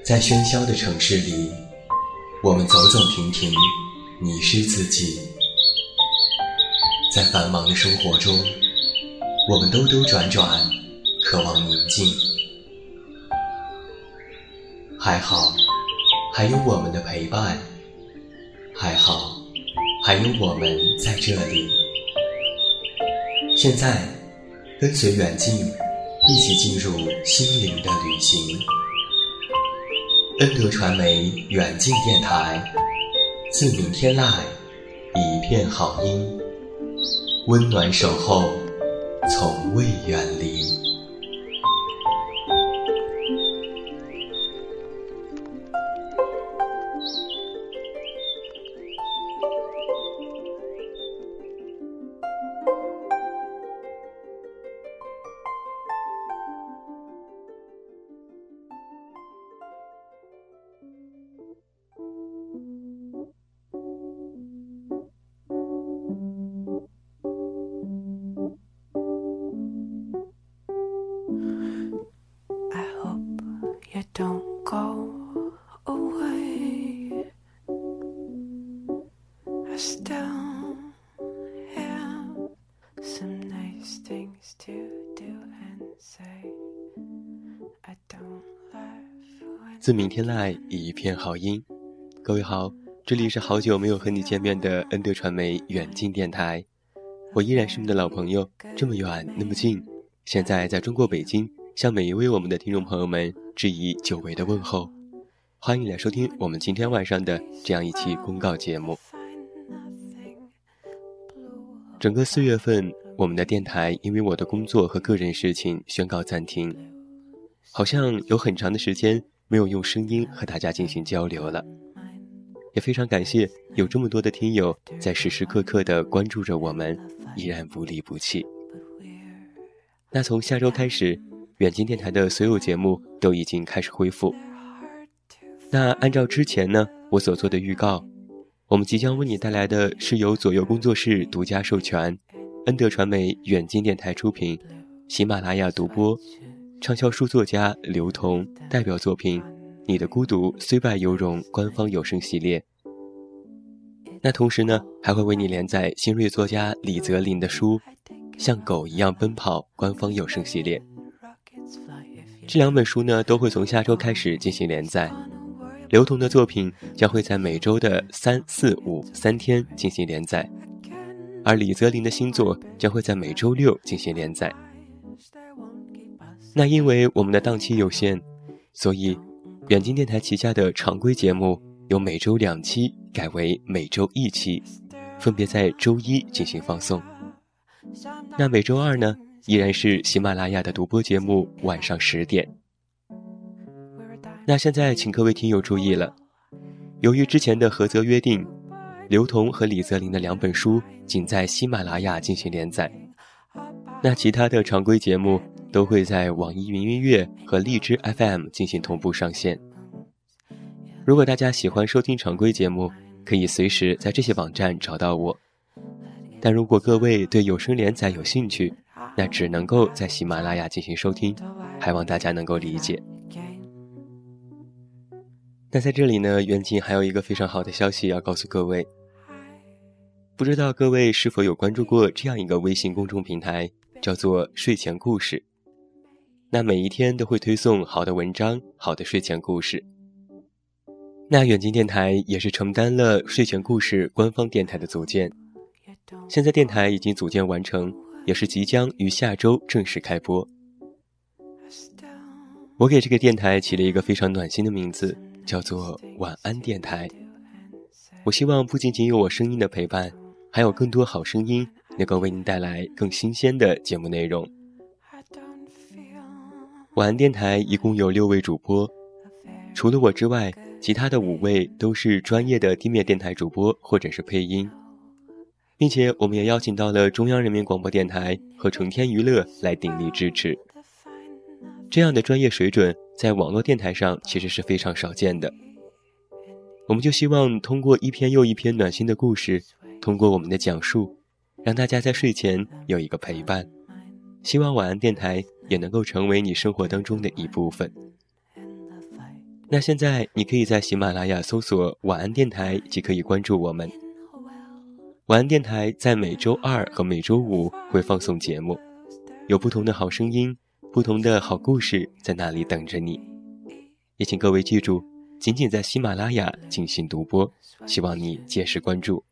在喧嚣的城市里，我们走走停停，迷失自己。在繁忙的生活中，我们兜兜转转，渴望宁静。还好，还有我们的陪伴；还好，还有我们在这里。现在，跟随远近，一起进入心灵的旅行。恩德传媒远近电台，自明天籁，一片好音，温暖守候，从未远离。自明天籁，一片好音。各位好，这里是好久没有和你见面的恩德传媒远近电台，我依然是你的老朋友，这么远那么近，现在在中国北京，向每一位我们的听众朋友们致以久违的问候。欢迎来收听我们今天晚上的这样一期公告节目。整个4月份，我们的电台因为我的工作和个人事情宣告暂停，好像有很长的时间没有用声音和大家进行交流了，也非常感谢有这么多的听友在时时刻刻地关注着我们，依然不离不弃。那从下周开始，远近电台的所有节目都已经开始恢复。那按照之前呢我所做的预告，我们即将为你带来的是由左右工作室独家授权，恩德传媒远近电台出品，喜马拉雅独播，畅销书作家刘同代表作品《你的孤独虽败犹荣》官方有声系列。那同时呢，还会为你连载新锐作家李泽林的书《像狗一样奔跑》官方有声系列。这2本书呢，都会从下周开始进行连载。刘同的作品将会在每周的3、4、5 3天进行连载，而李泽林的新作将会在每周6进行连载。那因为我们的档期有限，所以远近电台旗下的常规节目由每周2期改为每周1期，分别在周1进行放送。那每周2呢，依然是喜马拉雅的独播节目，晚上10点。那现在请各位听友注意了，由于之前的合则约定，刘同和李泽林的2本书仅在喜马拉雅进行连载，那其他的常规节目都会在网易云音乐和荔枝 FM 进行同步上线。如果大家喜欢收听常规节目，可以随时在这些网站找到我，但如果各位对有声连载有兴趣，那只能够在喜马拉雅进行收听，还望大家能够理解。那在这里呢，远近还有一个非常好的消息要告诉各位，不知道各位是否有关注过这样一个微信公众平台，叫做睡前故事。那每一天都会推送好的文章，好的睡前故事。那远近电台也是承担了睡前故事官方电台的组建，现在电台已经组建完成，也是即将于下周正式开播。我给这个电台起了一个非常暖心的名字，叫做晚安电台。我希望不仅仅有我声音的陪伴，还有更多好声音能够为您带来更新鲜的节目内容。晚安电台一共有6位主播，除了我之外，其他的5位都是专业的地面电台主播或者是配音，并且我们也邀请到了中央人民广播电台和成天娱乐来鼎力支持。这样的专业水准在网络电台上其实是非常少见的。我们就希望通过一篇又一篇暖心的故事，通过我们的讲述，让大家在睡前有一个陪伴。希望晚安电台也能够成为你生活当中的一部分。 那现在你可以在喜马拉雅搜索晚安电台即可以关注我们。晚安电台在每周二和每周五会放送节目，有不同的好声音，不同的好故事在那里等着你。也请各位记住，仅仅在喜马拉雅进行独播，希望你届时关注。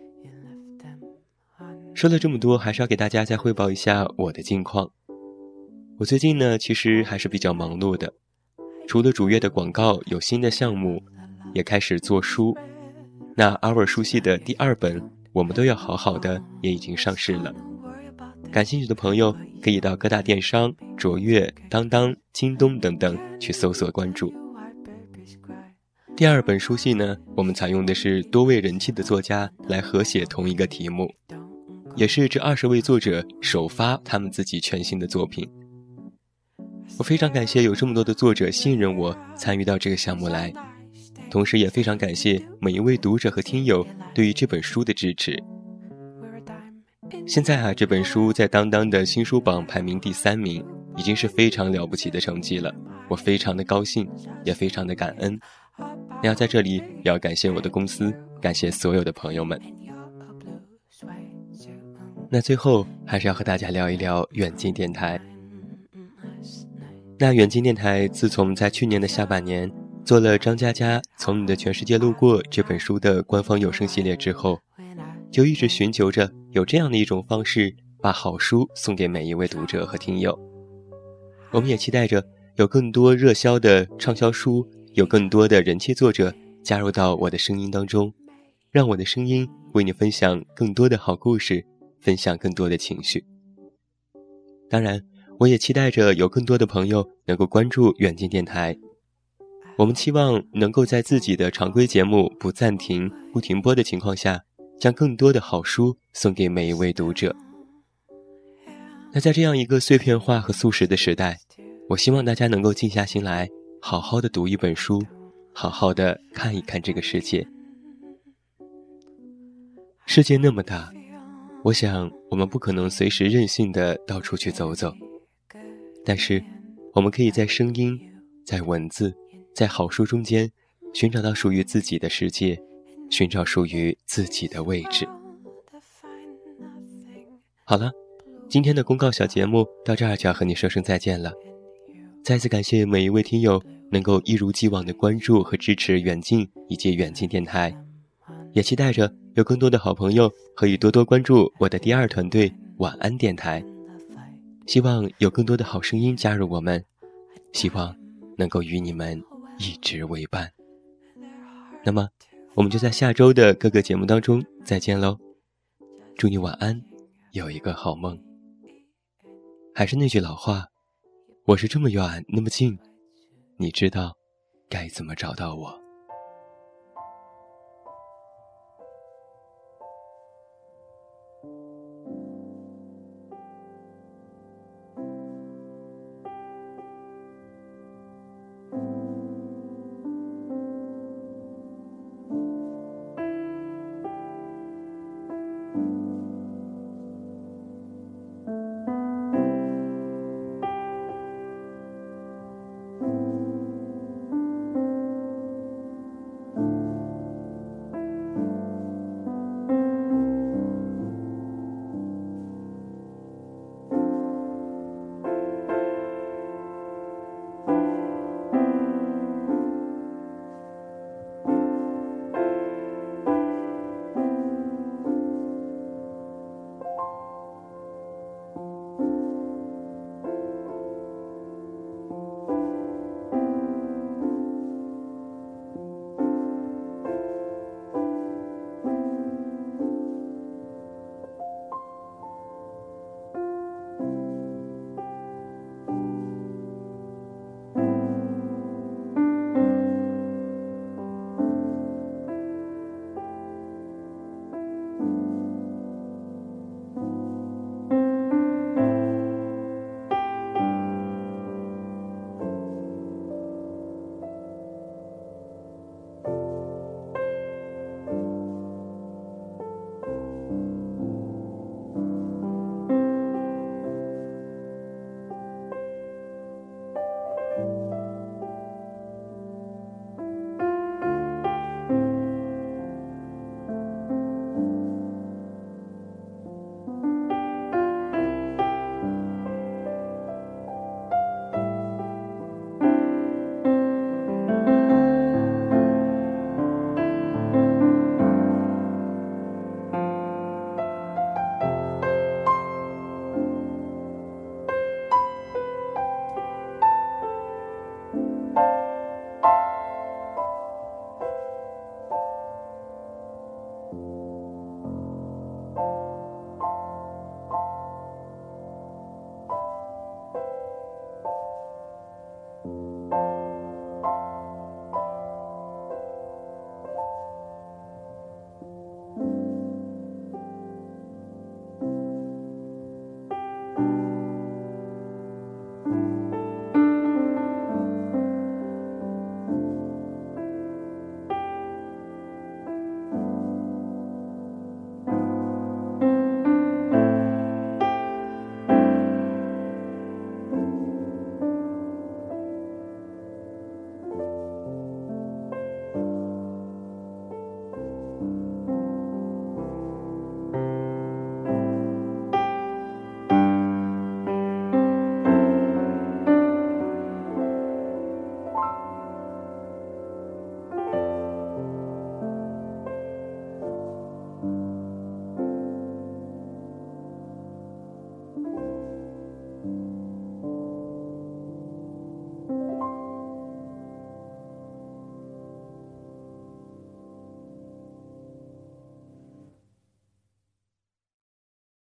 说了这么多，还是要给大家再汇报一下我的近况。我最近呢，其实还是比较忙碌的，除了主页的广告有新的项目，也开始做书。那 Our 书系的第2本我们都要好好的也已经上市了，感兴趣的朋友可以到各大电商、卓越、当当、京东等等去搜索关注。第2本书系呢，我们采用的是多位人气的作家来合写同一个题目，也是这20位作者首发他们自己全新的作品。我非常感谢有这么多的作者信任我参与到这个项目来，同时也非常感谢每一位读者和听友对于这本书的支持。现在这本书在当当的新书榜排名第3名，已经是非常了不起的成绩了，我非常的高兴，也非常的感恩。那要在这里也要感谢我的公司，感谢所有的朋友们。那最后还是要和大家聊一聊远近电台。那远近电台自从在去年的下半年做了张嘉佳《从你的全世界路过》这本书的官方有声系列之后，就一直寻求着有这样的一种方式，把好书送给每一位读者和听友。我们也期待着有更多热销的畅销书，有更多的人气作者加入到我的声音当中，让我的声音为你分享更多的好故事，分享更多的情绪。当然我也期待着有更多的朋友能够关注远近电台，我们期望能够在自己的常规节目不暂停不停播的情况下，将更多的好书送给每一位读者。那在这样一个碎片化和速食的时代，我希望大家能够静下心来，好好的读一本书，好好的看一看这个世界。世界那么大，我想我们不可能随时任性的到处去走走，但是我们可以在声音，在文字，在好书中间寻找到属于自己的世界，寻找属于自己的位置。好了，今天的公告小节目到这儿就要和你说声再见了。再次感谢每一位听友能够一如既往的关注和支持远近以及远近电台，也期待着有更多的好朋友可以多多关注我的第2团队晚安电台，希望有更多的好声音加入我们，希望能够与你们一直为伴。那么我们就在下周的各个节目当中再见喽，祝你晚安，有一个好梦。还是那句老话，我是这么远那么近，你知道该怎么找到我。